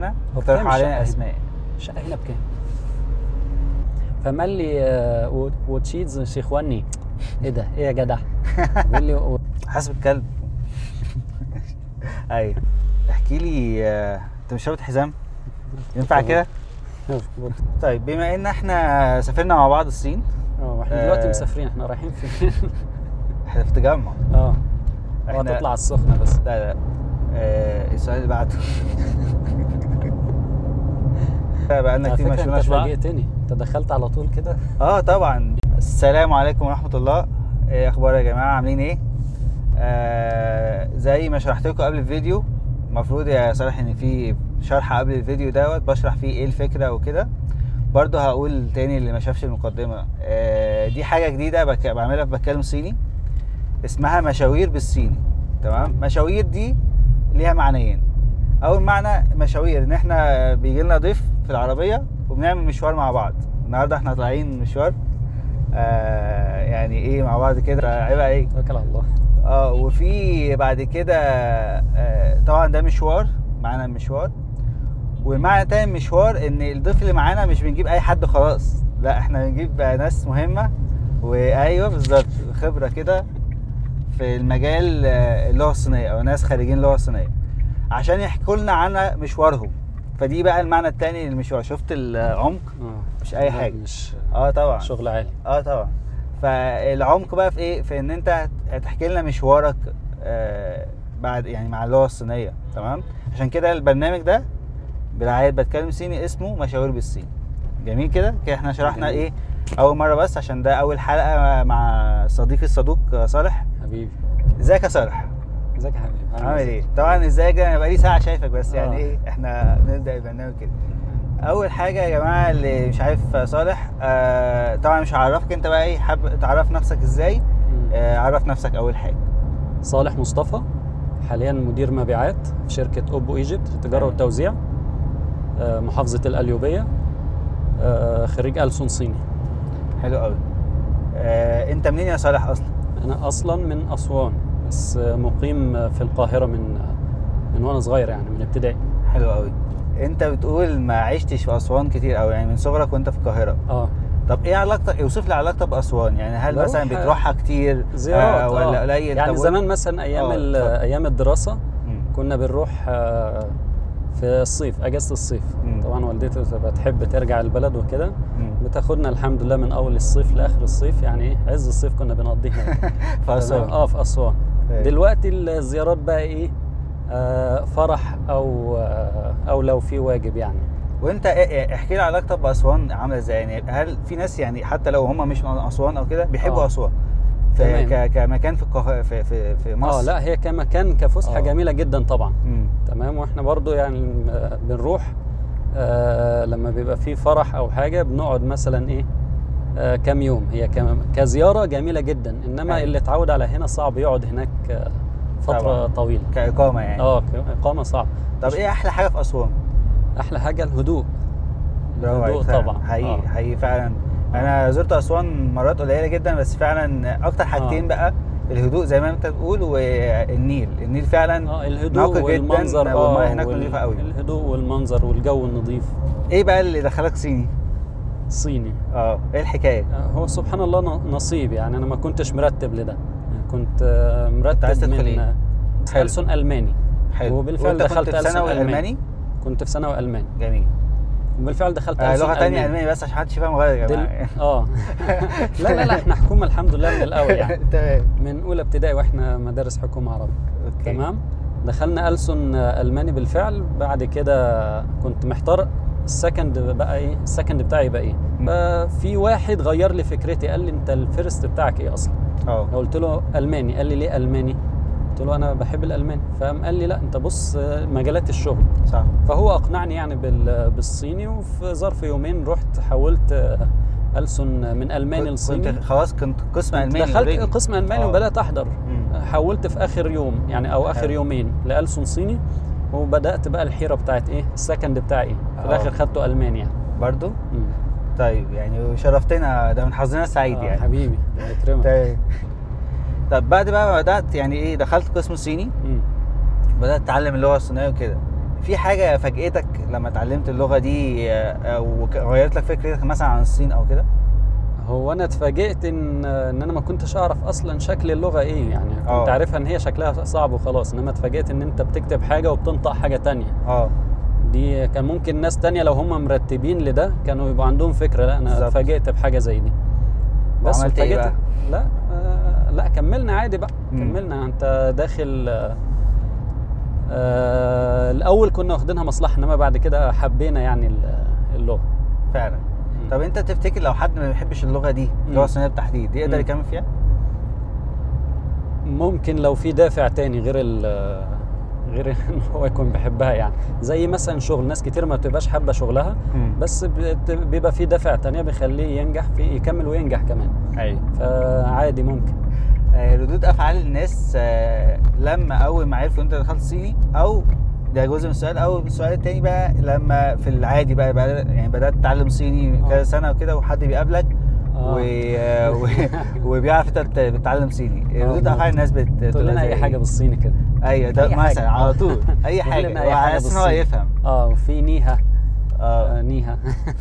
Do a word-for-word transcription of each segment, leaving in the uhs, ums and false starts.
اقترحوا علينا اسماء. الشقه هنا بكام؟ فقال لي آه وتشيز شيخواني. ايه ده؟ ايه يا جدع؟ بيقول لي حسب الكلب. ايوه احكي لي، آه، انت مش رابط حزام؟ ينفع كده؟ طيب بما ان احنا سافرنا مع بعض الصين. اه واحنا دلوقتي مسافرين، احنا رايحين فين؟ احنا في تجمع. اه احنا هتطلع السخنه بس. لا لا آه السؤال اللي بعده. بقى لنا كتير ما شفناش بعض. انت فاجئتني، انت دخلت على طول كده. اه طبعا. السلام عليكم ورحمه الله. ايه اخبار يا جماعه؟ عاملين ايه؟ آه زي ما شرحت لكم قبل الفيديو، المفروض يا صالح ان في شرح قبل الفيديو دوت بشرح فيه ايه الفكره وكده. برضو هقول تاني اللي ما شافش المقدمه، آه دي حاجه جديده بك... بعملها في بتكلم صيني، اسمها مشاوير بالصيني. تمام. مشاوير دي ليها معنيين. اول معنى مشاوير ان احنا بيجي لنا ضيف في العربيه وبنعمل مشوار مع بعض. النهارده احنا طالعين مشوار آه يعني ايه مع بعض كده، عيب عليك. توكل على الله. اه وفي بعد كده آه طبعا ده مشوار، معنى المشوار. والمعنى تاني مشوار ان الضيف اللي معانا مش بنجيب اي حد خلاص، لا احنا بنجيب ناس مهمه وايوه بالظبط خبره كده في المجال اللغه الصينيه او ناس خارجين اللغه الصينيه عشان يحكوا لنا عن مشوارهم. فدي بقى المعنى التاني للمشوار. شفت العمق؟ اه مش اي حاجه. مش اه طبعا شغل عالي. اه طبعا. فالعمق بقى في ايه؟ في ان انت هتحكي لنا مشوارك آه بعد يعني مع اللغه الصينيه. تمام. عشان كده البرنامج ده برعايه بتكلم صيني اسمه مشاوير بالصين. جميل كده. كده احنا شرحنا جميل. ايه اول مره بس عشان ده اول حلقه مع صديقي الصدوق صالح. حبيبي ازيك يا صالح؟ ازيك يا حبيبي؟ عامل ايه؟ طبعا ازيك، انا بقالي ساعه شايفك بس يعني آه. ايه احنا بنبدا البرنامج كده. اول حاجه يا جماعه اللي مش عارف صالح، آه طبعا مش هعرفك انت بقى ايه، حابب تعرف نفسك ازاي؟ آه عرف نفسك اول حاجه. صالح مصطفى، حاليا مدير مبيعات في شركه اوبو ايجيبت التجاره والتوزيع، آه محافظه القليوبيه، آه خريج ألسن صيني. حلو قوي. آه انت منين يا صالح اصلا؟ انا اصلا من اسوان بس مقيم في القاهره من من وانا صغير يعني من ابتدائي. حلو قوي. انت بتقول ما عشتش في اسوان كتير، او يعني من صغرك وانت في القاهره. اه طب ايه علاقتك، اوصف لي علاقتك باسوان؟ يعني هل بروح مثلا بتروحها كتير زيارات آه ولا آه. قليل؟ يعني طب زمان مثلا ايام آه ايام الدراسه مم. كنا بنروح آه في الصيف، اجازه الصيف. مم. طبعا والدتي بتحب ترجع البلد وكده، مم. بتاخدنا الحمد لله من اول الصيف لاخر الصيف، يعني ايه عز الصيف كنا بنقضيه هناك. في اسوان. اه في اسوان. أيوة. دلوقتي الزيارات بقى ايه، آه فرح او آه او لو في واجب يعني. وانت إيه- احكي لي علاقتك باسوان عامله ازاي؟ يعني هل في ناس يعني حتى لو هم مش من اسوان او كده بيحبوا آه. اسوان في ك- كمكان في القاهره في في في مصر؟ اه لا هي كمكان كفسحه آه. جميله جدا طبعا. مم. تمام. واحنا برضو يعني آه، بنروح آه لما بيبقى في فرح او حاجه بنقعد مثلا ايه آه كام يوم. هي كم- كزياره جميله جدا، انما أيوة. اللي اتعود على هنا صعب يقعد هناك آه فتره طبعاً. طويله. كاقامه يعني. اه اقامه صعبه. طب ايه احلى حاجه في اسوان؟ احلى حاجه الهدوء. برافو الهدوء عليك فعلاً. طبعا. حقيقي آه. حقيقي فعلا. انا زرت اسوان مرات قليله جدا، بس فعلا اكتر حاجتين آه. بقى الهدوء زي ما انت بتقول، والنيل. النيل فعلا اه الهدوء نقي جداً، والمنظر. والمياه اه هناك وال- نظيفه قوي. الهدوء والمنظر والجو النظيف. ايه بقى اللي دخلك صيني؟ صيني. اه ايه الحكايه؟ آه هو سبحان الله ن- نصيب يعني. انا ما كنتش مرتب لده، يعني كنت آه مرتب عايز تدخل من إيه؟ آه، حلو. ألسن ألماني. حلو. وبالفعل وانت دخلت كنت في ألسن ثانوي ألماني. الماني؟ كنت في ثانوي ألماني. جميل. وبالفعل دخلت آه ألسن لغه تانية ألماني. الماني بس عشان محدش يفهم غير يا دل... جماعه. اه لا لا لا احنا حكومه الحمد لله من الاول يعني. تمام. من اولى ابتدائي واحنا مدارس حكومه عربي. اوكي. تمام. دخلنا ألسن ألماني بالفعل. بعد كده كنت محتار السكند بقى ايه، السكند بتاعي بقى ايه. ففي واحد غير لي فكرتي، قال لي انت الفيرست بتاعك ايه اصلا؟ اه قلت له ألماني. قال لي ليه ألماني؟ قلت له انا بحب الألماني. فقام قال لي لا انت بص مجالات الشغل. صح. فهو اقنعني يعني بال- بالصيني، وفي ظرف يومين رحت حولت ألسن من ألماني لصيني. كنت خلاص كنت قسم الماني دخلت already. قسم ألماني آه. وبدأت أحضر. مم. حولت في آخر يوم يعني أو آخر حلو. يومين لألسن صيني، وبدأت بقى الحيرة بتاعت إيه السكند بتاعي إيه. في آه. الآخر خدته ألماني يعني. برضو. مم. طيب يعني شرفتنا، ده من حظنا السعيد آه يعني. حبيبي الله يكرمك. طيب. طب بعد بقى ما بدأت يعني ايه دخلت قسم صيني، مم. بدأت تتعلم اللغة الصينية وكده، في حاجه فاجئتك لما اتعلمت اللغه دي او غيرت لك فكرتك مثلا عن الصين او كده؟ هو انا اتفاجئت ان ان انا ما كنتش اعرف اصلا شكل اللغه ايه، يعني كنت أوه. عارفها ان هي شكلها صعب وخلاص، انما اتفاجئت ان انت بتكتب حاجه وبتنطق حاجه تانية. اه دي كان ممكن ناس تانية لو هم مرتبين لده كانوا يبقوا عندهم فكره، لا انا بالظبط. اتفاجئت بحاجه زي دي. بس وعملت ايه اتفاجئت بقى؟ لا آه لا كملنا عادي بقى. مم. كملنا. انت داخل آه آه الاول كنا واخدينها مصلحه، انما بعد كده حبينا يعني ال- اللغه. فعلا. طب انت تفتكر لو حد ما بيحبش اللغه دي، اللغه مم. الصينيه بالتحديد، يقدر مم. يكمل فيها؟ ممكن لو في دافع تاني غير ال غير ان هو يكون بيحبها، يعني زي مثلا شغل ناس كتير ما بتبقاش حابه شغلها، مم. بس بت- بيبقى في دافع تانية بيخليه ينجح في يكمل وينجح كمان، ايوه. فعادي ممكن. آه، ردود افعال الناس آه، لما اول ما عرفوا انت دخلت صيني، او ده جزء من السؤال، او السؤال التاني بقى لما في العادي بقى, بقى يعني بدات تتعلم صيني آه. كذا سنه وكده، وحد بيقابلك آه. و... آه، و... وبيعرف انت بت- بتتعلم صيني، آه، ردود افعال الناس بت... تقول بتقول لنا زي اي إيه؟ حاجه بالصيني كده. ايوه ده أي مثلا حاجة. على طول اي قول حاجه لنا أي حاجة وعلى اساس ان هو بالصيني. يفهم. اه في نيها. اه آه نيها.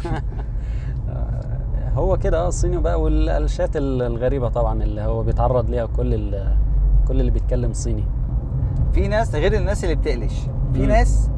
آه، هو كده اه الصيني بقى، والالشات الغريبه طبعا اللي هو بيتعرض ليها كل ال- كل اللي بيتكلم صيني. في ناس غير الناس اللي بتقلش، في مم. ناس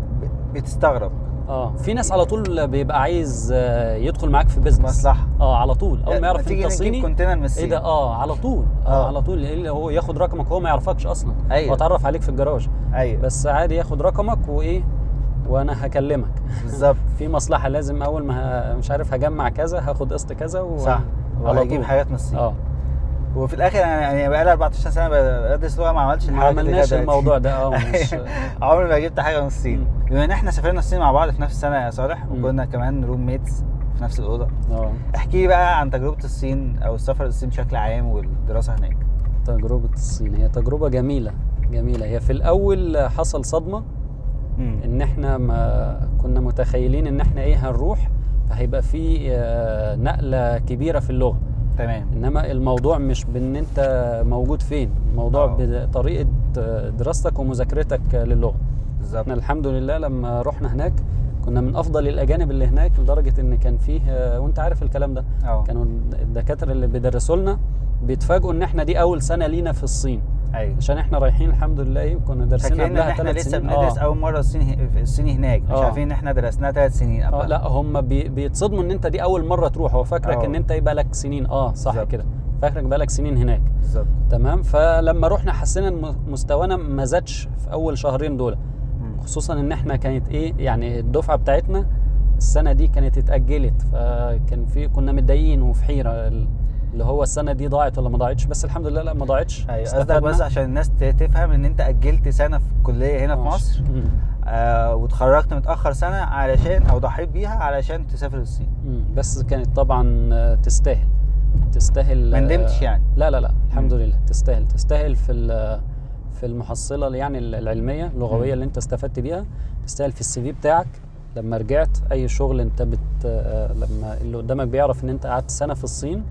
ب- بتستغرب اه في ناس على طول بيبقى عايز آه، يدخل معاك في بيزنس مصلحه. اه على طول اول ما يعرف تيجي انت نجيب صيني كونتينر من ايه الصين. ده اه على طول اه, آه. على طول اللي هو ياخد رقمك وهو ما يعرفكش اصلا. أيوة. هو اتعرف عليك في الجراج ايوه بس عادي ياخد رقمك وايه وانا هكلمك. بالظبط. في مصلحه لازم اول ما ه- مش عارف هجمع كذا هاخد قسط كذا و... صح. على وهيجيب طول. حاجات من الصين. اه وفي الاخر انا يعني بقى لي أربعتاشر سنه بدرس لغه، ما عملتش ما الحاجات اللي عملناش كده الموضوع ده اه مش عمري ما جبت حاجه من الصين. مم. بما ان احنا سافرنا الصين مع بعض في نفس السنه يا صالح، مم. وكنا كمان روم ميتس في نفس الاوضه، اه احكي لي بقى عن تجربه الصين او السفر للصين بشكل عام والدراسه هناك. تجربه الصين هي تجربه جميله جميله. هي في الاول حصل صدمه مم. ان احنا ما كنا متخيلين ان احنا ايه هنروح فهيبقى في آه، نقله كبيره في اللغه، تمام. انما الموضوع مش بان انت موجود فين، الموضوع آه. بطريقه آه، دراستك ومذاكرتك للغه. بالظبط. احنا الحمد لله لما رحنا هناك كنا من افضل الاجانب اللي هناك، لدرجه ان كان فيه آه، وانت عارف الكلام ده اه كانوا الدكاتره اللي بيدرسوا لنا بيتفاجئوا ان احنا دي اول سنه لينا في الصين، ايوه. عشان احنا رايحين الحمد لله ايه كنا دارسين فاكرين ان قبلها احنا ثلاث لسه سنين. بندرس آه. اول مره الصيني الصيني هناك، مش آه. عارفين ان احنا درسناها ثلاث سنين قبل. اه لا هم بي بيتصدموا ان انت دي اول مره تروح، هو فاكرك آه. ان انت يبقى لك سنين. اه صح بالظبط. كده، فاكرك بقى لك سنين هناك. بالظبط. تمام. فلما رحنا حسينا ان مستوانا ما زادش في اول شهرين دول، مم. خصوصا ان احنا كانت ايه يعني الدفعه بتاعتنا السنه دي كانت اتاجلت، فكان في كنا متضايقين وفي حيره اللي هو السنه دي ضاعت ولا ما ضاعتش، بس الحمد لله لا ما ضاعتش. ايوه قصدك استفدنا. بس عشان الناس ت- تفهم ان انت اجلت سنه في الكليه هنا في ماشي. مصر، مم. آه وتخرجت متاخر سنه علشان او ضحيت بيها علشان تسافر الصين. مم. بس كانت طبعا آه، تستاهل تستاهل. ما ندمتش يعني؟ لا لا لا الحمد مم. لله تستاهل تستاهل في ال- في المحصله اللي يعني العلميه اللغويه مم. اللي انت استفدت بيها، تستاهل في السي في بتاعك لما رجعت اي شغل انت بت آه، لما اللي قدامك بيعرف ان انت قعدت سنه في الصين،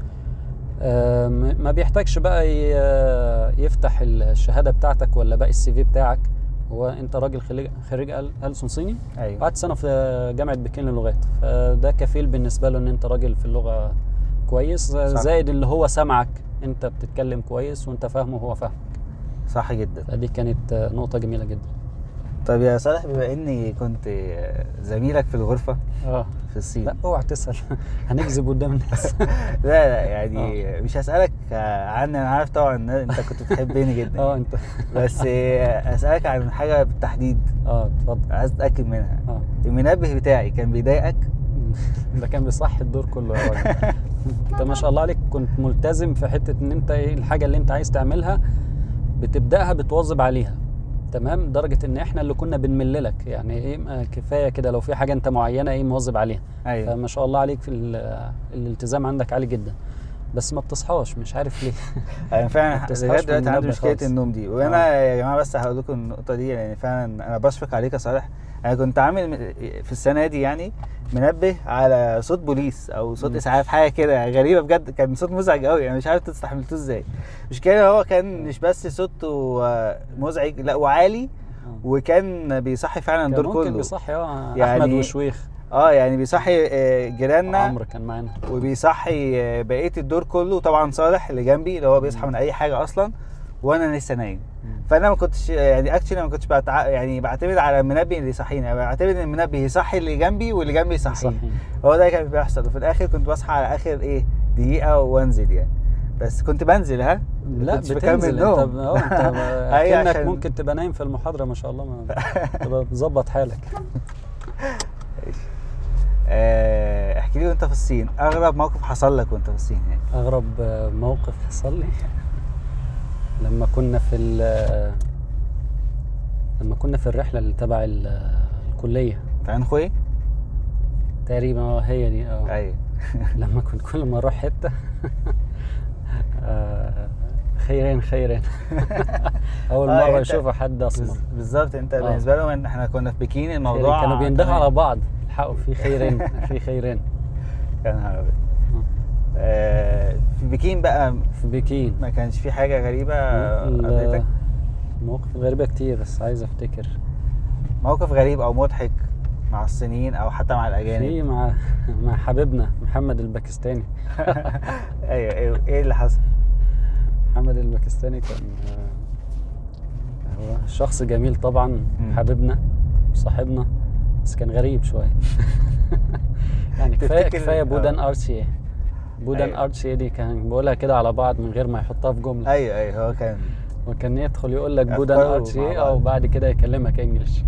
آه، م- ما بيحتاجش بقى ي- آه، يفتح الشهاده بتاعتك ولا باقي السي في بتاعك. هو انت راجل خريج خريج أل- ألسن صيني ايوه قعدت سنه في جامعه بكين للغات، فده كفيل بالنسبه له ان انت راجل في اللغه كويس، صح. زائد اللي هو سمعك انت بتتكلم كويس وانت فاهمه وهو فاهمك. صح جدا. فدي كانت نقطه جميله جدا. طب يا صالح، بما اني كنت زميلك في الغرفه اه في الصين، لا اوعى تسال هنكذب قدام الناس. لا لا يعني مش هسألك عني، انا عارف طبعا ان انت كنت بتحبني جدا، اه انت بس اسألك عن حاجة بالتحديد اه اتفضل. عايز اتأكد منها. اه المنبه بتاعي كان بيضايقك؟ ده كان بيصحي الدور كله يا راجل. انت ما شاء الله عليك كنت ملتزم في حته ان انت ايه الحاجه اللي انت عايز تعملها بتبداها بتواظب عليها، تمام، لدرجه ان احنا اللي كنا بنمللك يعني ايه ما كفايه كده لو في حاجه انت معينه ايه مواظب عليها. ايوه فما شاء الله عليك في ال- الالتزام عندك عالي جدا، بس ما بتصحاش مش عارف ليه. انا فعلا ما بتصحاش لغايه من دلوقتي عندي المنبه مشكله خالص. النوم دي، وانا يا جماعه بس هقول لكم النقطه دي لان فعلا انا بشفق عليك يا صالح. انا كنت عامل في السنه دي يعني منبه على صوت بوليس او صوت مم. اسعاف، حاجه كده غريبه بجد، كان صوت مزعج قوي، يعني مش عارف تستحملتوه ازاي. مش كده، هو كان مش بس صوته آه، مزعج، لا وعالي وكان بيصحي فعلا الدور كله. ممكن بيصحي اه يعني احمد وشويخ اه يعني بيصحي آه، جيراننا، عمرو كان معانا، وبيصحي آه، بقيه الدور كله. طبعا صالح اللي جنبي اللي هو بيصحى من اي حاجه اصلا وانا لسه نايم. فانا ما كنتش يعني اكشلي ما كنتش بتع... يعني بعتمد على المنبه اللي يصحيني، يعني بعتمد ان المنبه يصحي اللي جنبي واللي جنبي يصحيني. هو ده كان بيحصل، وفي الاخر كنت بصحى على اخر ايه دقيقه وانزل يعني. بس كنت بنزل ها لا بتنزل انت اه انت اكنك عشان... ممكن تبقى نايم في المحاضره ما شاء الله، ما تبقى مظبط حالك. آه، احكي لي وانت في الصين اغرب موقف حصل لك وانت في الصين يعني. اغرب موقف حصل لي لما كنا في لما كنا في الرحله اللي تبع الكليه في عين خوي تقريبا. اه هي دي اه ايوه. لما كنت كل ما اروح حته آه خيرين خيرين اول آه مره يشوفوا حد اسمر. بالظبط انت آه. بالنسبه لهم ان احنا كنا في بكين الموضوع كانوا بيندهوا على بعض الحقوا في خيرين في خيرين. يا نهار ابيض. آه في بكين بقى، في بكين ما كانش في حاجه غريبه قابلتك؟ مواقف غريبه كتير بس عايز افتكر موقف غريب او مضحك مع الصينيين او حتى مع الاجانب. في مع مع حبيبنا محمد الباكستاني. ايوه ايوه ايه اللي حصل؟ محمد الباكستاني كان هو شخص جميل طبعا، م. حبيبنا وصاحبنا، بس كان غريب شويه. يعني كفايه كفايه بودان ارشي بودان أيوة. ارشي دي كان بيقولها كده على بعض من غير ما يحطها في جمله. ايوه ايوه هو كان وكان يدخل يقول لك بودان ارشي او بعد كده يكلمك انجلش.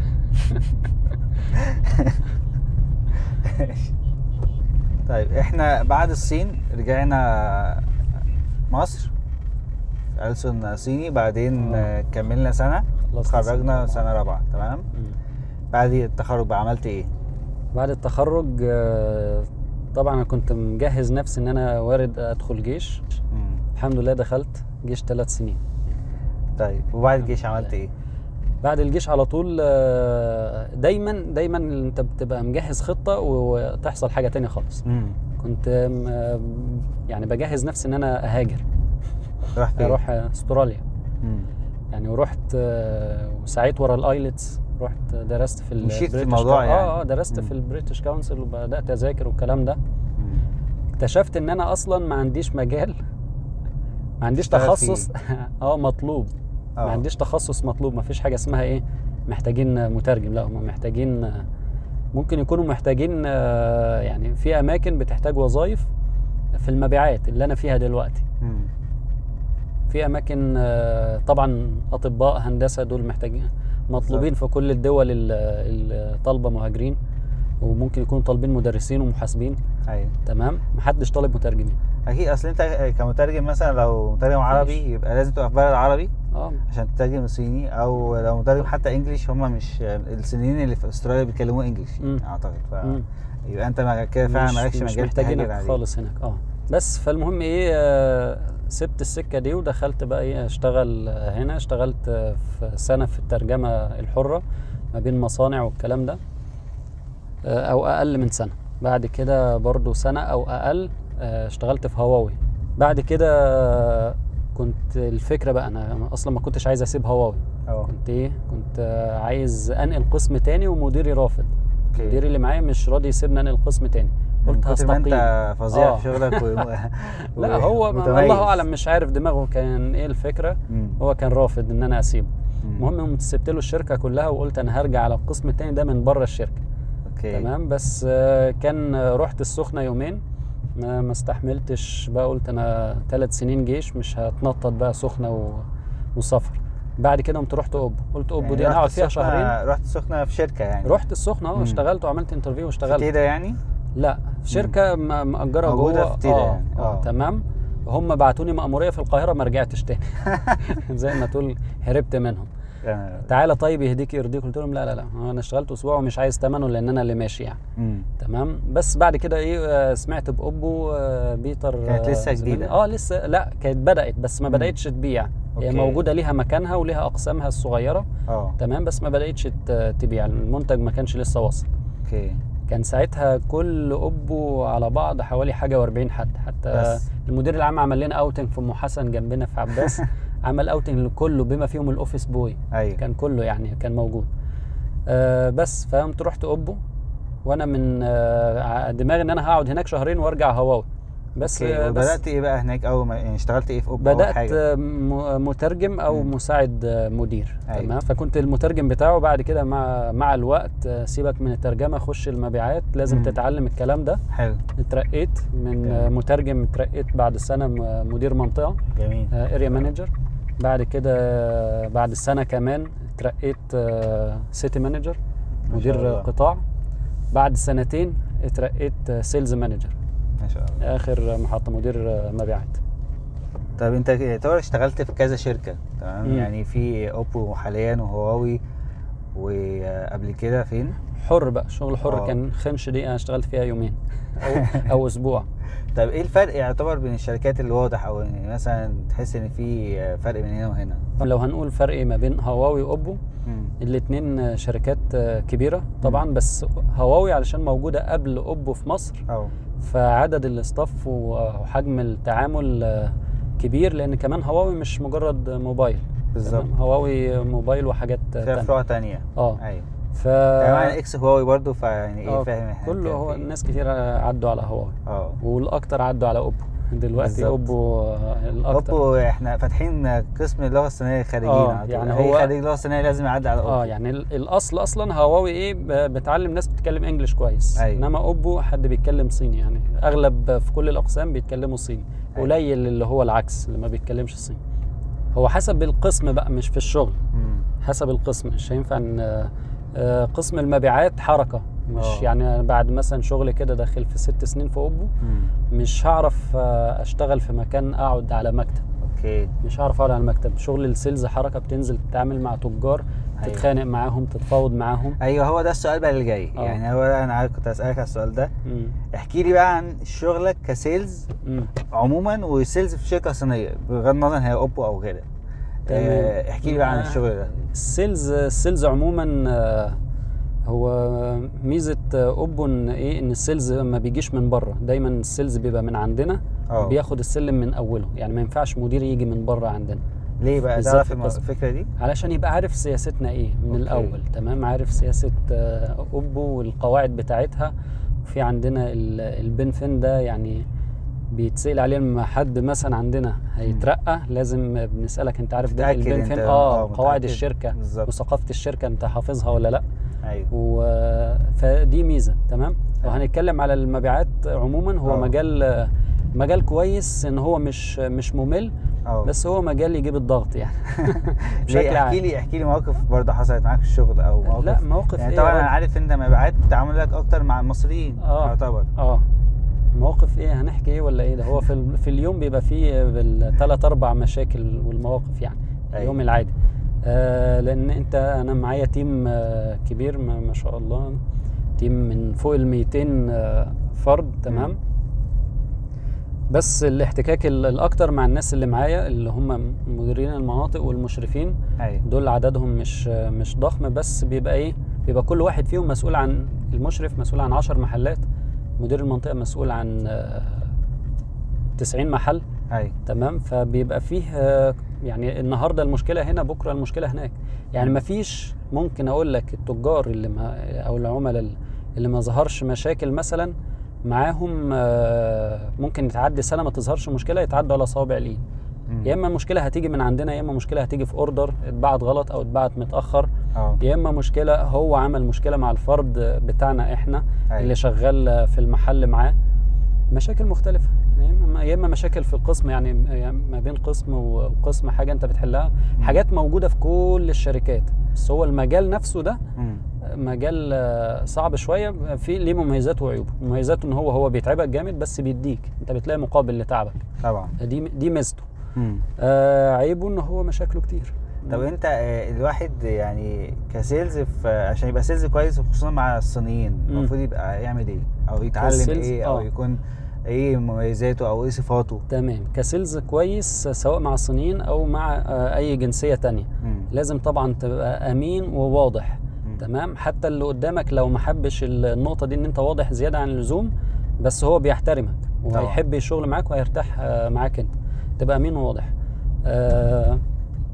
طيب احنا بعد الصين رجعنا مصر، ألسن صيني، بعدين آه. كملنا سنه، خرجنا سنه رابعه. تمام. بعد التخرج بقى عملت ايه؟ بعد التخرج طبعا انا كنت مجهز نفسي ان انا وارد ادخل جيش. مم. الحمد لله دخلت جيش ثلاث سنين. طيب وبعد الجيش عملت ايه؟ بعد الجيش على طول دايما دايما انت بتبقى مجهز خطه وتحصل حاجه تانية خالص. مم. كنت يعني بجهز نفسي ان انا اهاجر. رحت فين؟ اروح استراليا. مم. يعني ورحت وسعيت ورا الايلتس، رحت درست في مشيت في الموضوع يعني. اه اه درست مم. في البريتش كونسل وبدات اذاكر والكلام ده. مم. اكتشفت ان انا اصلا ما عنديش مجال، ما عنديش تخصص اه مطلوب. أوه. ما عنديش تخصص مطلوب، ما فيش حاجه اسمها ايه محتاجين مترجم، لا هم محتاجين، ممكن يكونوا محتاجين يعني في اماكن بتحتاج وظائف في المبيعات اللي انا فيها دلوقتي. مم. في اماكن طبعا اطباء هندسه دول محتاجين مطلوبين بالزبط. في كل الدول اللي طالبه مهاجرين، وممكن يكونوا طالبين مدرسين ومحاسبين. ايوه تمام. محدش طالب مترجمين. اكيد، اصل انت كمترجم مثلا لو مترجم عربي يبقى لازم تبقى في بلد عربي اه عشان تترجم الصيني، او لو مترجم حتى انجليش، هم مش الصينيين اللي في استراليا بيتكلموا انجليش اعتقد. ف يبقى انت كده فعلا مالكش مجال محتاجينك خالص هناك. اه بس فالمهم ايه، آه سبت السكه دي ودخلت بقى ايه اشتغل هنا. اشتغلت في سنه في الترجمه الحره ما بين مصانع والكلام ده، آه او اقل من سنه. بعد كده برضو سنه او اقل آه اشتغلت في هواوي. بعد كده آه كنت الفكره بقى انا اصلا ما كنتش عايز اسيب هواوي. أوه. كنت ايه كنت آه عايز انقل قسم تاني ومديري رافض. أوكي. مديري اللي معايا مش راضي يسيبني انقل قسم تاني. قلت هستقيل. انت فظيع آه. في شغلك و... لا هو الله اعلم، مش عارف دماغه كان ايه الفكره. مم. هو كان رافض ان انا اسيبه. المهم سبت له الشركه كلها وقلت انا هرجع على القسم الثاني ده من بره الشركه. أوكي. تمام. بس كان رحت السخنه يومين ما ما استحملتش بقى، قلت انا ثلاث سنين جيش مش هتنطط بقى سخنه و... وسفر. بعد كده قمت رحت اوبو، قلت اوبو يعني دي انا هقعد فيها شهرين. رحت السخنه في شركه يعني؟ رحت السخنه اه اشتغلت وعملت انترفيو واشتغلت كده يعني. لا في شركه مأجره جوه موجوده في اه, يعني. آه. تمام. هم بعتوني مأموريه في القاهره ما رجعتش تاني. زي ما تقول هربت منهم. تعالى طيب يهديك يرضيك، قلت لهم لا لا لا انا اشتغلت اسبوع ومش عايز ثمنه لان انا اللي ماشي يعني. مم. تمام. بس بعد كده ايه سمعت باوبو بيتر كانت لسه جديده. اه لسه لا كانت بدات بس ما بداتش تبيع. هي موجوده ليها مكانها وليها اقسامها الصغيره. اه تمام. بس ما بداتش تبيع، المنتج ما كانش لسه واصل. اوكي. كان ساعتها كل اوبو على بعض حوالي حاجه واربعين حد، حتى بس. المدير العام عمل لنا اوتنج في ام حسن جنبنا في عباس. عمل اوتنج لكله بما فيهم الاوفيس بوي. ايوه كان كله يعني كان موجود. آه بس فقمت رحت اوبو، وانا من آه دماغي ان انا هقعد هناك شهرين وارجع هواوي. بس اوكي. آه بس وبدات ايه بقى هناك اول ما يعني اشتغلت ايه في اوبو؟ أول بدات حاجة؟ آه، م- مترجم او مم. مساعد آه، مدير. أيوة. تمام. فكنت المترجم بتاعه. بعد كده مع مع الوقت آه، سيبك من الترجمه، خش المبيعات، لازم مم. تتعلم الكلام ده. حلو. اترقيت من جميل. آه، مترجم، اترقيت بعد سنه م- مدير منطقه، جميل. اريا مانجر. بعد كده آه، بعد السنه كمان اترقيت سيتي مانجر، ما شاء مدير الله. قطاع. بعد سنتين اترقيت سيلز مانجر، ما شاء الله. اخر محطه مدير آه، مبيعات. طب انت يعتبر اشتغلت في كذا شركه تمام؟ مم. يعني في اوبو حاليا وهواوي، وقبل كده فين؟ حر بقى، شغل حر. آه. كان خنش دي انا اشتغلت فيها يومين او او اسبوع. طب ايه الفرق يعتبر بين الشركات اللي واضح، او يعني مثلا تحس ان في فرق بين هنا وهنا؟ لو هنقول فرق ما بين هواوي واوبو، مم. الاثنين شركات كبيره طبعا، بس هواوي علشان موجوده قبل اوبو في مصر، اه فعدد الاستاف وحجم التعامل كبير، لان كمان هواوي مش مجرد موبايل. بالظبط. تمام؟ هواوي موبايل وحاجات فيها تانية. فروع تانية. اه ايوه. ف كمان اكس هواوي برضو، فيعني ايه آه، فاهم احنا كله بنتكلم هو في إيه. الناس كتير عدوا على هواوي، اه والاكتر عدوا على اوبو دلوقتي. بالظبط. اوبو آه، الاكتر. اوبو احنا فاتحين قسم اللغه الصينيه خارجين آه، على طول. يعني اي هو- خريج لغه صينيه لازم يعدي على اوبو. اه يعني ال- الاصل اصلا هواوي ايه ب- بتعلم ناس بتتكلم انجليش كويس. أيوة. انما اوبو حد بيتكلم صيني، يعني اغلب في كل الاقسام بيتكلموا صيني. أيوة. قليل اللي هو العكس اللي ما بيتكلمش صيني. هو حسب القسم بقى، مش في الشغل، مم. حسب القسم. مش هينفع ان آه، آه، قسم المبيعات حركه، مش آه. يعني بعد مثلا شغل كده داخل في ست سنين في اوبو، مم. مش هعرف آه، اشتغل في مكان اقعد على مكتب. اوكي. مش هعرف اقعد على المكتب. شغل السيلز حركه، بتنزل تتعامل مع تجار، أيوة. تتخانق معاهم، تتفاوض معاهم. ايوه هو ده السؤال بقى اللي جاي. آه. يعني هو ده انا عارف كنت اسالك على السؤال ده. مم. احكي لي بقى عن شغلك كسيلز مم. عموما، وسيلز في شركه صينيه بغض النظر هي اوبو او غيرها. تمام. آه، احكي لي بقى عن آه، الشغل ده. السيلز السيلز عموما آه، هو ميزه آه، اوبو ان ايه، ان السيلز ما بيجيش من بره، دايما السيلز بيبقى من عندنا. اه بياخد السلم من اوله، يعني ما ينفعش مدير يجي من بره عندنا، ليه بقى؟ بالذات تعرف في الم- القسم. الفكره دي؟ علشان يبقى عارف سياستنا ايه من أوكي. الاول. تمام. عارف سياسه آه، اوبو والقواعد بتاعتها. وفي عندنا ال- البن فين ده، يعني بيتسأل عليه لما حد مثلا عندنا هيترقى، لازم بنسألك انت عارف ده متأكد البن أنت؟ فين. آه، اه قواعد متأكد. الشركه بالظبط. وثقافه الشركه انت حافظها ولا لا. ايوه. و... فدي ميزه. تمام. لو أيوة. هنتكلم على المبيعات عموما، هو آه. مجال مجال كويس، ان هو مش مش ممل، اه بس هو مجال يجيب الضغط يعني. ليه؟ بشكل احكي عام. لي احكي لي مواقف برضه حصلت معاك في الشغل، او مواقف. لا مواقف يعني ايه طبعا يا انا راجل؟ عارف ان مبيعات تعاملك اكتر مع المصريين آه. يعتبر. اه مواقف ايه؟ هنحكي ايه ولا ايه؟ ده هو في ال- في اليوم بيبقى فيه بالثلاث اربع مشاكل والمواقف يعني. أيوة. اليوم العادي. آه لان انت انا معايا تيم آه كبير، ما, ما شاء الله، تيم من فوق ال مئتين آه فرد. تمام. مم. بس الاحتكاك ال- الاكتر مع الناس اللي معايا، اللي هم مديرين المناطق والمشرفين، ايوه. دول عددهم مش مش ضخم، بس بيبقى ايه، بيبقى كل واحد فيهم مسؤول عن، المشرف مسؤول عن عشر محلات، مدير المنطقة مسؤول عن آه، تسعين محل. ايوه. تمام. فبيبقى فيه آه، يعني النهارده المشكلة هنا، بكرة المشكلة هناك. يعني مفيش، ممكن اقول لك التجار اللي ما او العملاء اللي ما ظهرش مشاكل مثلا معاهم، آه، ممكن تعدي سنة ما تظهرش مشكلة، يتعدوا على صوابع الايد. مم. يا اما مشكله هتيجي من عندنا، يا اما مشكله هتيجي في اوردر اتبعت غلط او اتبعت متاخر، اه يا اما مشكله هو عمل مشكله مع الفرد بتاعنا احنا أيوة. اللي شغال في المحل معاه. مشاكل مختلفه، يا اما يا اما مشاكل في القسم، يعني ما بين قسم وقسم حاجه انت بتحلها. مم. حاجات موجوده في كل الشركات، بس هو المجال نفسه ده مم. مجال آه، صعب شويه، في ليه مميزات وعيوب. مميزاته ان هو هو بيتعبك جامد، بس بيديك انت بتلاقي مقابل لتعبك. طبعا. دي دي ميزته. مم. آه عيبه ان هو مشاكله كتير. طب انت آه، الواحد يعني كسيلز، في عشان يبقى سيلز كويس وخصوصا مع الصينيين، مم. المفروض يبقى يعمل ايه، او يتعلم كسيلز، ايه، او آه. يكون ايه مميزاته او ايه صفاته؟ تمام. كسيلز كويس سواء مع الصينيين او مع آه اي جنسيه تانية، مم. لازم طبعا تبقى امين وواضح. مم. تمام. حتى اللي قدامك لو ما حبش النقطه دي ان انت واضح زياده عن اللزوم، بس هو بيحترمك وهيحب الشغل معاك وهيرتاح آه معاك انت، تبقى امين وواضح. آه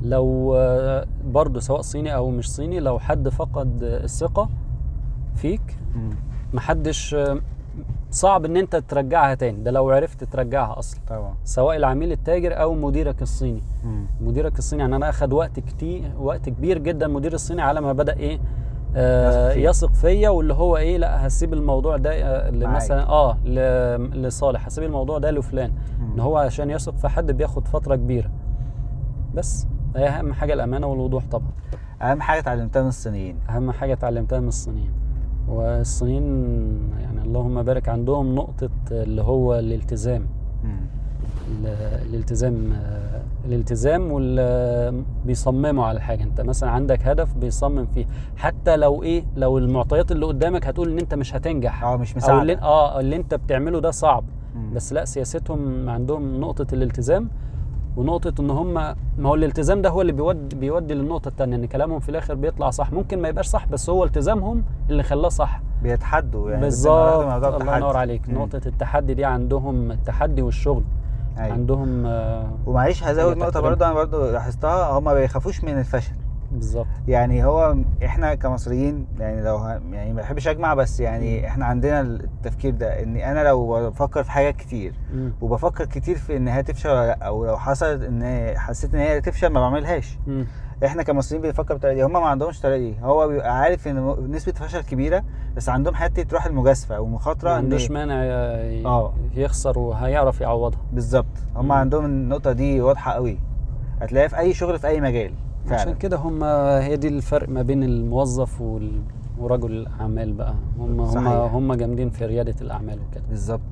لو آه، برضو سواء صيني او مش صيني، لو حد فقد الثقة فيك مم. محدش آه، صعب ان انت ترجعها تاني، ده لو عرفت ترجعها اصلا، طبعا. سواء العميل التاجر او مديرك الصيني. مم. مديرك الصيني يعني انا اخد وقت كتير، وقت كبير جدا مدير الصيني على ما بدأ ايه آه يثق فيك. يثق فيا، واللي هو ايه لا هسيب الموضوع ده آه اللي معاك. مثلا اه ل- لصالح، هسيب الموضوع ده لفلان، مم. ان هو عشان يثق في حد بياخد فترة كبيرة. بس هي اهم حاجة الامانة والوضوح طبعا. اهم حاجه اتعلمتها من الصينيين. اهم حاجة اتعلمتها من الصينيين. والصينيين يعني اللهم بارك عندهم نقطة اللي هو الالتزام. مم. ال- الالتزام آه، الالتزام وال بيصمموا على حاجه. انت مثلا عندك هدف بيصمم فيه، حتى لو ايه لو المعطيات اللي قدامك هتقول ان انت مش هتنجح اه مش او اللي مساعده. اه اللي انت بتعمله ده صعب، مم. بس لا سياستهم عندهم نقطه الالتزام، ونقطه ان هم ما هو الالتزام ده هو اللي بيودي بيودي للنقطه الثانيه، ان كلامهم في الاخر بيطلع صح، ممكن ما يبقاش صح بس هو التزامهم اللي خلاه صح. بيتحدوا يعني. بالظبط، موضوع الله التحدي. ينور عليك. مم. نقطه التحدي دي عندهم، التحدي والشغل. أيوة. عندهم آه، ومعلش هزود حاجة نقطه تحترم. برضه انا برضه لاحظتها، هم ما بيخافوش من الفشل. بالظبط. يعني هو احنا كمصريين يعني لو ه... يعني ما بحبش اجمع، بس يعني احنا عندنا التفكير ده، ان انا لو بفكر في حاجات كتير مم. وبفكر كتير في ان هي تفشل ولا لا، او لو حصلت ان حسيت ان هي تفشل ما بعملهاش. مم. احنا كمصريين بنفكر بالطريقه دي، هم ما عندهمش الطريقه دي. هو بيبقى عارف ان م- نسبه فشل كبيره، بس عندهم حته روح المجازفه والمخاطره. ما إن- عندوش مانع ي- اه. يخسر وهيعرف يعوضها. بالظبط. هم مم. عندهم النقطه دي واضحه قوي، هتلاقيها في اي شغل في اي مجال فعلا. عشان كده هم هي دي الفرق ما بين الموظف وال... ورجل الاعمال بقى. هم هم صحيح. هم جامدين في رياده الاعمال وكده. بالظبط.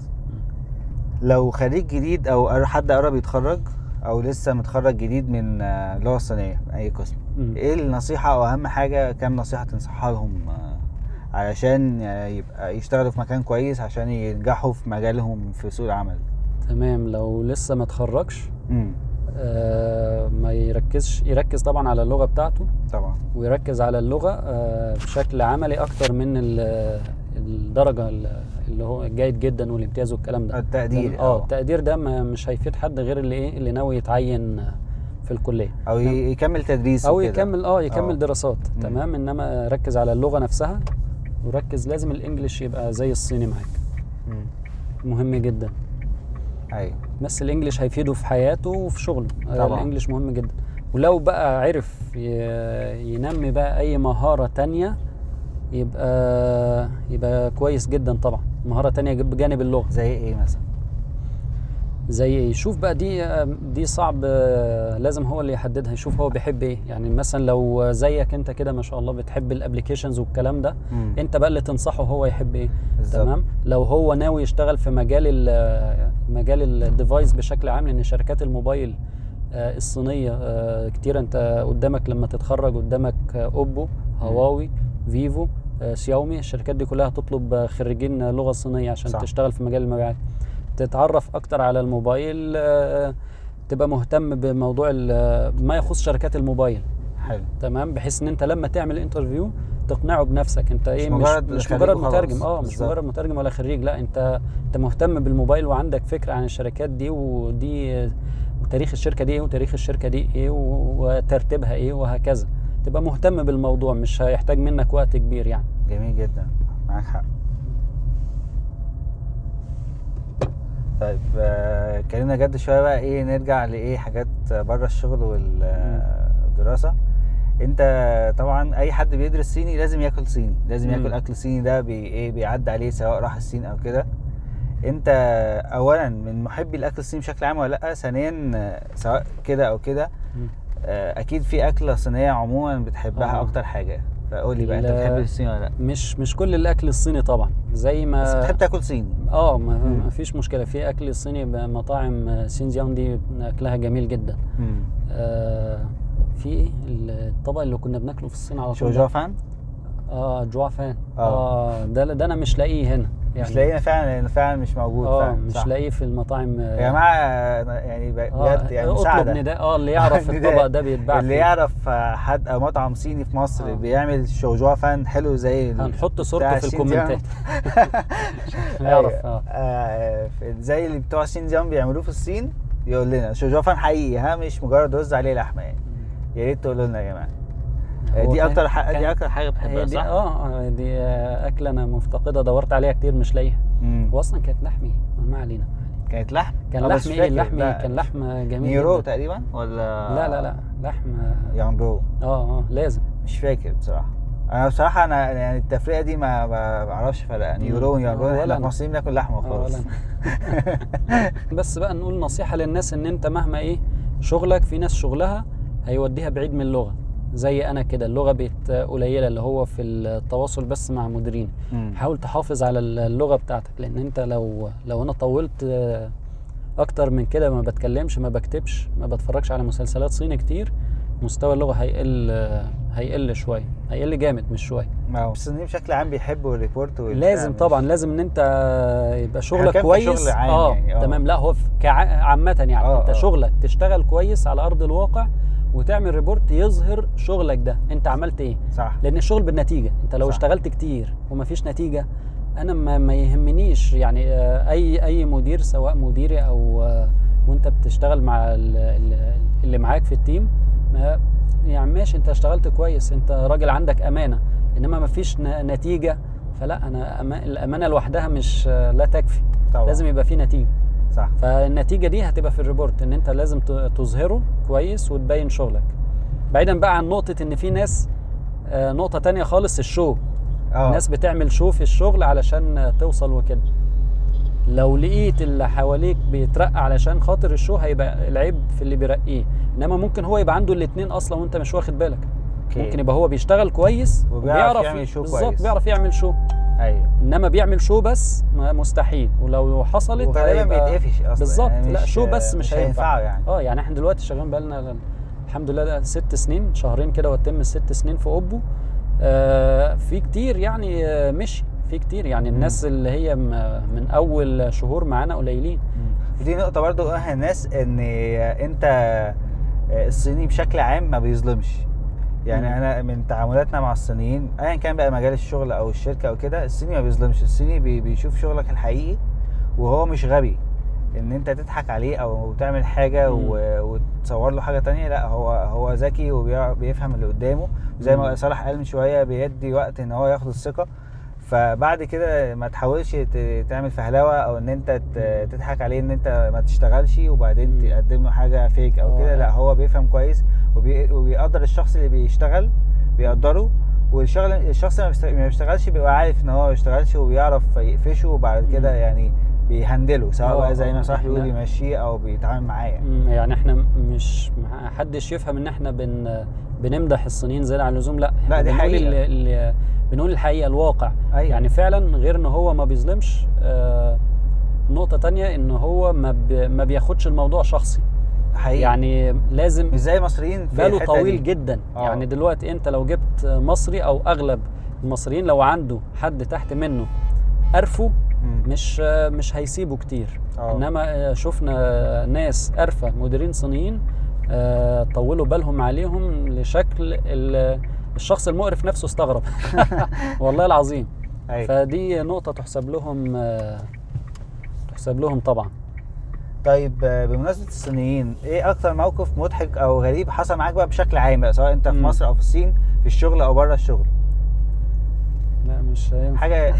لو خريج جديد او قر- حد قرب يتخرج او لسه متخرج جديد من آه، اللغه الصينيه اي قسم، مم. ايه النصيحه او اهم حاجه، كام نصيحه تنصحها لهم آه، علشان آه، يبقى يشتغلوا في مكان كويس عشان ينجحوا في مجالهم في سوق العمل؟ تمام. لو لسه ما اتخرجش امم آه ما يركزش يركز طبعا على اللغه بتاعته، طبعا. ويركز على اللغه آه بشكل عملي اكتر من ال- الدرجه اللي هو الجيد جدا والامتياز والكلام ده. التقدير. اه التقدير ده ما- مش هيفيد حد غير اللي ايه اللي ناوي يتعين في الكليه او ي- يكمل تدريس او وكده. يكمل اه يكمل آه. دراسات. مم. تمام. انما ركز على اللغه نفسها، وركز لازم الانجليش يبقى زي الصيني معاك، مم. مهم جدا. ايوه. بس الانجليش هيفيده في حياته وفي شغله. آه، طبعا. الانجليش مهم جدا. ولو بقى عرف ي- ينمي بقى اي مهاره تانية يبقى يبقى كويس جدا طبعا. مهاره تانية بجانب اللغه زي ايه مثلا؟ زي ايه؟ شوف بقى دي دي صعب، آه، لازم هو اللي يحددها، يشوف هو بيحب ايه. يعني مثلا لو زيك انت كده ما شاء الله بتحب الابليكيشنز والكلام ده، مم. انت بقى اللي تنصحه هو يحب ايه. بالظبط. تمام. لو هو ناوي يشتغل في مجال ال مجال الديفايس بشكل عام، لان شركات الموبايل آه، الصينيه آه، كتير. انت قدامك لما تتخرج قدامك آه، اوبو، هواوي، فيفو، آه، شاومي، الشركات دي كلها تطلب آه، خريجين لغه صينيه عشان صح. تشتغل في مجال المبيعات. تتعرف اكتر على الموبايل، آه، تبقى مهتم بموضوع ال- ما يخص شركات الموبايل. حلو. تمام. بحيث ان انت لما تعمل انترفيو تقنعه بنفسك. انت ايه مش مجرد مش خريج مجرد وخلاص. مترجم. اه مش بالظبط. مجرد مترجم ولا خريج، لا انت انت مهتم بالموبايل وعندك فكره عن الشركات دي، ودي تاريخ الشركه دي ايه وتاريخ الشركه دي ايه وترتيبها ايه وهكذا. تبقى مهتم بالموضوع، مش هيحتاج منك وقت كبير يعني. جميل جدا، معاك حق. طيب آه، اتكلمنا جد شويه بقى، ايه نرجع لايه حاجات بره الشغل والدراسه. انت طبعا اي حد بيدرس صيني لازم ياكل صيني، لازم مم. ياكل اكل صيني. ده بي ايه بيعدي عليه سواء راح الصين او كده. انت اولا من محبي الاكل الصيني بشكل عام ولا لا؟ ثانيا آه، سواء كده او كده مم. آه، اكيد في اكله صينيه عموما بتحبها آه. اكتر حاجه. فقول لي بقى، انت لا. بتحب الصيني ولا لا؟ مش مش كل الاكل الصيني طبعا، زي ما بس بتحب تاكل صيني. اه ما, مم. ما فيش مشكله في اكل الصيني. مطاعم سينجيانج دي اكلها جميل جدا. مم. آه في ايه الطبق اللي كنا بناكله في الصين على طول شو ده؟ جوا فان؟ اه جوا فان. آه. اه ده ده انا مش لاقيه هنا يعني. مش لاقينا فعلا، لان فعلا مش موجود. اه فعلا مش صح. لاقيه في المطاعم. يا جماعه يعني ب- آه بجد يعني اطلب مساعده. نداء اه اللي يعرف نداء. الطبق ده بيتباع اللي فيه. يعرف حد او مطعم صيني في مصر آه. بيعمل شوجوا فان حلو زي ال- هنحط صورته بتاع في الشينجيانج. الكومنتات. يعرف. أيوة. اه آه، زي اللي بتوع الشينجيانج بيعملوه في الصين، يقول لنا شوجوا فان حقيقي، ها مش مجرد رز عليه لحمه يعني. يا ريت تقولوا لنا يا جماعه. هو دي كان- اكتر حاجه كان- دي اكتر حاجه هي بتحبها دي صح؟ اه دي آه، اكله انا مفتقده، دورت عليها كتير مش لاقيها. مم. واصلا كانت لحمي، ما علينا. كانت لحم كان آه، بس لحم مش ايه فاكر. اللحم لا، كان لحم جميل نيرو جدا. تقريبا ولا لا لا لا لحم يانجرو، اه اه لازم. مش فاكر بصراحه. انا بصراحه انا يعني التفرقه دي ما ما بعرفش فرق نيورو ونيانجرو، ولا احنا أنا. المصريين بناكل لحمه آه، وخلاص. ولا أنا. بس بقى نقول نصيحه للناس، ان انت مهما ايه شغلك، في ناس شغلها هيوديها بعيد من اللغه، زي انا كده اللغه بقت قليله، اللي هو في التواصل بس مع مديرين. مم. حاول تحافظ على اللغه بتاعتك، لان انت لو لو انا طولت آه، اكتر من كده، ما بتكلمش، ما بكتبش، ما بتفرجش على مسلسلات صيني كتير، مستوى اللغه هيقل آه، هيقل شويه، هيقل جامد مش شويه. ما هو الصينيين بشكل عام بيحبوا الريبورت والبتاع، لازم مش- طبعا، لازم ان انت يبقى شغلك كان كويس. كشغل عام اه يعني، آه. تمام. لا هو في- كع- عامه يعني آه، انت آه. شغلك تشتغل كويس على ارض الواقع، وتعمل ريبورت يظهر شغلك ده انت عملت ايه. صح. لان الشغل بالنتيجه، انت لو صح. اشتغلت كتير ومفيش نتيجه، انا ما, ما يهمنيش يعني آه، اي اي مدير، سواء مديري او آه، وانت بتشتغل مع ال- ال- اللي معاك في التيم، ما يعني ماشي انت اشتغلت كويس، انت راجل عندك امانه، انما مفيش ن- نتيجه، فلا انا أما- الامانه لوحدها مش آه، لا تكفي. طبعا. لازم يبقى في نتيجه. صح. فالنتيجه دي هتبقى في الريبورت، ان انت لازم ت- تظهره كويس وتبين شغلك. بعيدا بقى عن نقطه ان في ناس آه، نقطه تانية خالص، الشو. اه ناس بتعمل شو في الشغل علشان آه، توصل وكده. لو لقيت اللي حواليك بيترقى علشان خاطر الشو، هيبقى العيب في اللي بيرقيه. انما ممكن هو يبقى عنده الاتنين اصلا وانت مش واخد بالك. أوكي. ممكن يبقى هو بيشتغل كويس وبيعرف يعمل شو بالظبط، كويس. بيعرف يعمل شو، ايوه. انما بيعمل شو بس ما- مستحيل. ولو حصلت وغالبا هيبقى- بيتقفش اصلا بالظبط. يعني لا مش- شو بس مش, مش هينفع هينفعه يعني. اه يعني احنا دلوقتي شغالين بقالنا الحمد لله ده ست سنين، شهرين كده وتتم الست سنين في اوبو. آه في كتير يعني آه مشي، في كتير يعني الناس اللي هي م- من اول شهور معانا قليلين. مم. ودي نقطة برضو اقولها للناس، ان انت الصيني بشكل عام ما بيظلمش. يعني مم. انا من تعاملاتنا مع الصينيين ايا كان بقى مجال الشغل او الشركة او كده، الصيني ما بيظلمش. الصيني بي- بيشوف شغلك الحقيقي، وهو مش غبي ان انت تضحك عليه او تعمل حاجة مم. و- وتصور له حاجة تانية. لا، هو هو ذكي وبيفهم اللي قدامه، زي ما مم. صلاح قال من شوية، بيدي وقت ان هو ياخد الثقة. فبعد كده ما تحاولش ت- تعمل فهلوه، او ان انت ت- تضحك عليه ان انت ما تشتغلش وبعدين مم. تقدم له حاجه فيك او آه. كده. لا، هو بيفهم كويس وبي- وبيقدر الشخص اللي بيشتغل، بيقدره. والشغل الشخص اللي ما بيشت- ما بيشتغلش بيبقى عارف ان هو ما بيشتغلش، وبيعرف يقفشه، وبعد كده مم. يعني بيهندله، سواء آه، بقى زي ما آه، صلاح بيقول إحنا- بيمشيه او بيتعامل معاه يعني. مم، يعني احنا مش ما حدش يفهم ان احنا بن بنمدح الصينيين زيادة عن اللزوم. لا لا، احنا دي بنقول حقيقة. ال- ال- بنقول الحقيقة، الواقع. أيوة. يعني فعلا غير ان هو ما بيظلمش. آه نقطة تانية ان هو ما, بي ما بياخدش الموضوع شخصي. حقيقي. يعني لازم مش زي المصريين في باله الحتة طويل دي. جدا. آه. يعني دلوقتي انت لو جبت مصري، او اغلب المصريين لو عنده حد تحت منه قرفه، مم. مش مش هيسيبه كتير. آه. انما شفنا ناس قرفة مديرين صينيين آه، طولوا بالهم عليهم لشكل ال- الشخص المقرف نفسه استغرب. والله العظيم. أيوة. فدي نقطة تحسب لهم آه، تحسب لهم طبعا. طيب آه، بمناسبة الصينيين، ايه اكتر موقف مضحك او غريب حصل معاك بقى بشكل عام بقى، سواء انت في مم. مصر او في الصين، في الشغل او بره الشغل؟ لا مش هينفع. حاجة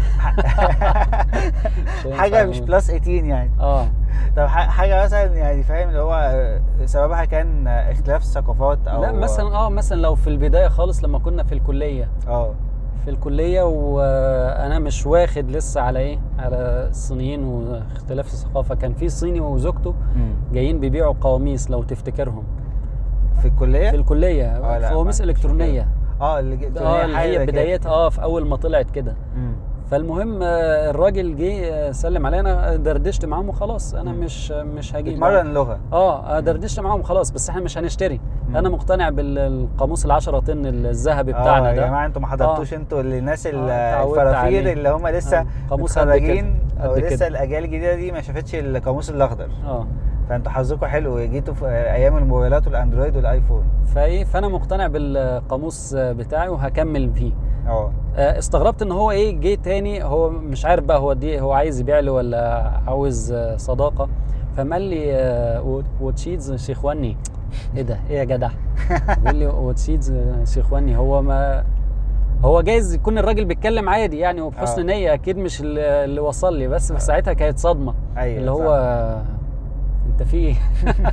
مش هينفع حاجة مش أقول. بلس ثمانية عشر يعني. اه طب ح- حاجة مثلا يعني فاهم اللي هو آه، سببها كان آه، اختلاف الثقافات او لا مثلا اه مثلا لو في البداية خالص لما كنا في الكلية اه في الكلية وانا مش واخد لسه على ايه على الصينيين واختلاف الثقافة. كان في صيني وزوجته مم. جايين بيبيعوا قواميس، لو تفتكرهم، في الكلية؟ في الكلية. آه، لا، قواميس ما عنديش الكترونية. اه اللي ج- اه اللي حاجة هي زي كده. بدايتها اه في اول ما طلعت كده. مم. فالمهم آه، الراجل جه آه، سلم عليا، انا دردشت معاهم وخلاص. انا مم. مش مش هجيب بتمرن لغة. اه آه، دردشت معاهم خلاص، بس احنا مش هنشتري. مم. انا مقتنع بالقاموس العشرة طن الذهبي بتاعنا اه ده. يا جماعة انتوا ما حضرتوش. انتوا الناس ال- آه، اتعودت الفرافير عليه. اللي هم لسه آه، قاموس قد متخرجين، كده، او قد لسه كده. الاجيال الجديدة دي ما شافتش القاموس الاخضر. اه فانتوا حظكم حلو، جيتوا في ايام الموبايلات والاندرويد والايفون. فايه فانا مقتنع بالقاموس بتاعي وهكمل فيه. اه آه، استغربت ان هو ايه جه تاني، هو مش عارف بقى هو دي هو عايز يبيع لي ولا عاوز آه، صداقه. فقال لي آه، و- وتشيز شيخواني ايه ده ايه يا جدع؟ بيقول لي وتسيدز سيخواني. هو ما هو جايز يكون الراجل بيتكلم عادي يعني وبحسن آه. نيه، اكيد مش اللي اللي وصل لي، بس في ساعتها كانت صدمه. أيوة اللي هو انت في ايه؟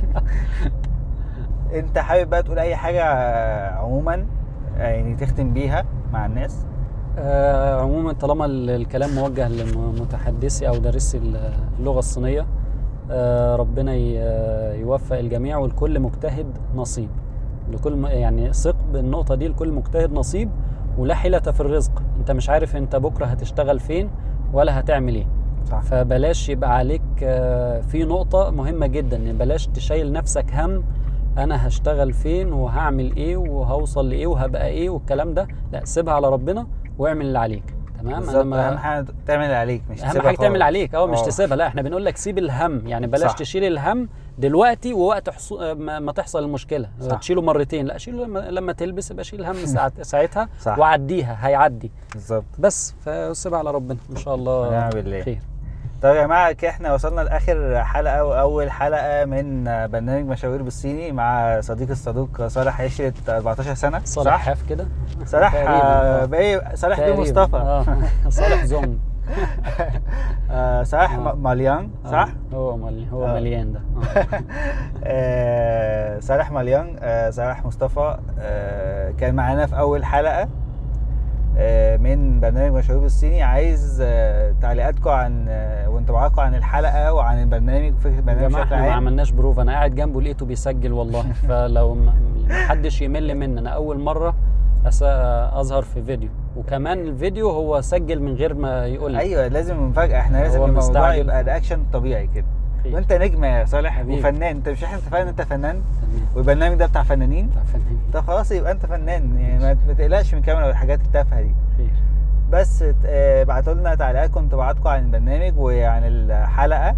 انت حابب بقى تقول اي حاجه عموما يعني تختم بيها مع الناس؟ آه عموما طالما ال- الكلام موجه لمتحدثي او دارسي اللغه الصينيه، آه ربنا ي- يوفق الجميع، والكل مجتهد نصيب. لكل م- يعني ثق بالنقطه دي، لكل مجتهد نصيب، ولا حيلة في الرزق. انت مش عارف انت بكره هتشتغل فين ولا هتعمل ايه. صح. فبلاش يبقى عليك آه، في نقطه مهمه جدا، بلاش تشيل نفسك هم انا هشتغل فين وهعمل ايه وهوصل لايه وهبقى ايه والكلام ده. لا، سيبها على ربنا واعمل اللي عليك. تمام. بالظبط. ما- اهم حاجه تعمل اللي عليك، مش اهم تسيبها حاجه تعمل خالص. عليك، اه مش آه. تسيبها. لا، احنا بنقول لك سيب الهم، يعني بلاش صح. تشيل الهم دلوقتي ووقت حصو... ما ما تحصل المشكله صح. تشيله مرتين. لا، شيله لما, لما تلبس، يبقى شيل هم ساعت... ساعتها صح. وعديها، هيعدي. بالظبط. بس فسيبها على ربنا ان شاء الله. ونعم بالله. خير. طيب يا جماعه كده احنا وصلنا لاخر حلقه واول حلقه من برنامج مشاوير بالصيني مع صديق الصدوق صالح عشرة أربعتاشر سنه. صالح صح؟ حاف كده. صالح تقريباً، آه، آه. بايه صالح بيه تقريباً. مصطفى. اه صالح زوم. آه، صالح آه. م- مليان صح؟ آه. هو ملي... هو آه. مليان ده. آه. آه، صالح مليان. آه، صالح مصطفى آه، كان معانا في اول حلقه آه، من برنامج مشاوير بالصيني. عايز آه، تعليقاتكم عن آه، وانطباعاتكم عن الحلقه وعن البرنامج وفكره يا البرنامج جماعه بشكل احنا ما عام. عملناش بروف، انا قاعد جنبه لقيته بيسجل والله. فلو ما ما حدش يمل مني، انا اول مره أس- اظهر في فيديو، وكمان الفيديو هو سجل من غير ما يقول لي. ايوه لازم مفاجاه، احنا لازم هو الموضوع مستعجل. يبقى رياكشن طبيعي كده. خير. وانت نجم يا صالح حبيبي. وفنان، انت مش احنا اتفقنا ان انت فنان تمام. والبرنامج ده بتاع فنانين؟ بتاع فنان. طب خلاص يبقى انت فنان يعني، ما ما تقلقش من الكاميرا والحاجات التافهه دي. خير. بس ابعتوا لنا تعليقاتكم وانطباعاتكم عن البرنامج وعن الحلقه،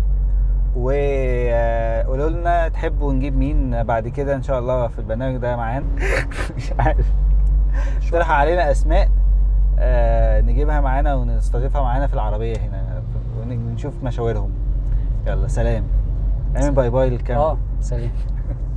وقولوا لنا تحبوا نجيب مين بعد كده ان شاء الله في البرنامج ده معانا. مش عارف، اقترح علينا اسماء آه، نجيبها معانا ونستضيفها معانا في العربيه هنا ونشوف مشاورهم. يلا سلام، اعمل باي باي للكاميرا. اه سلام.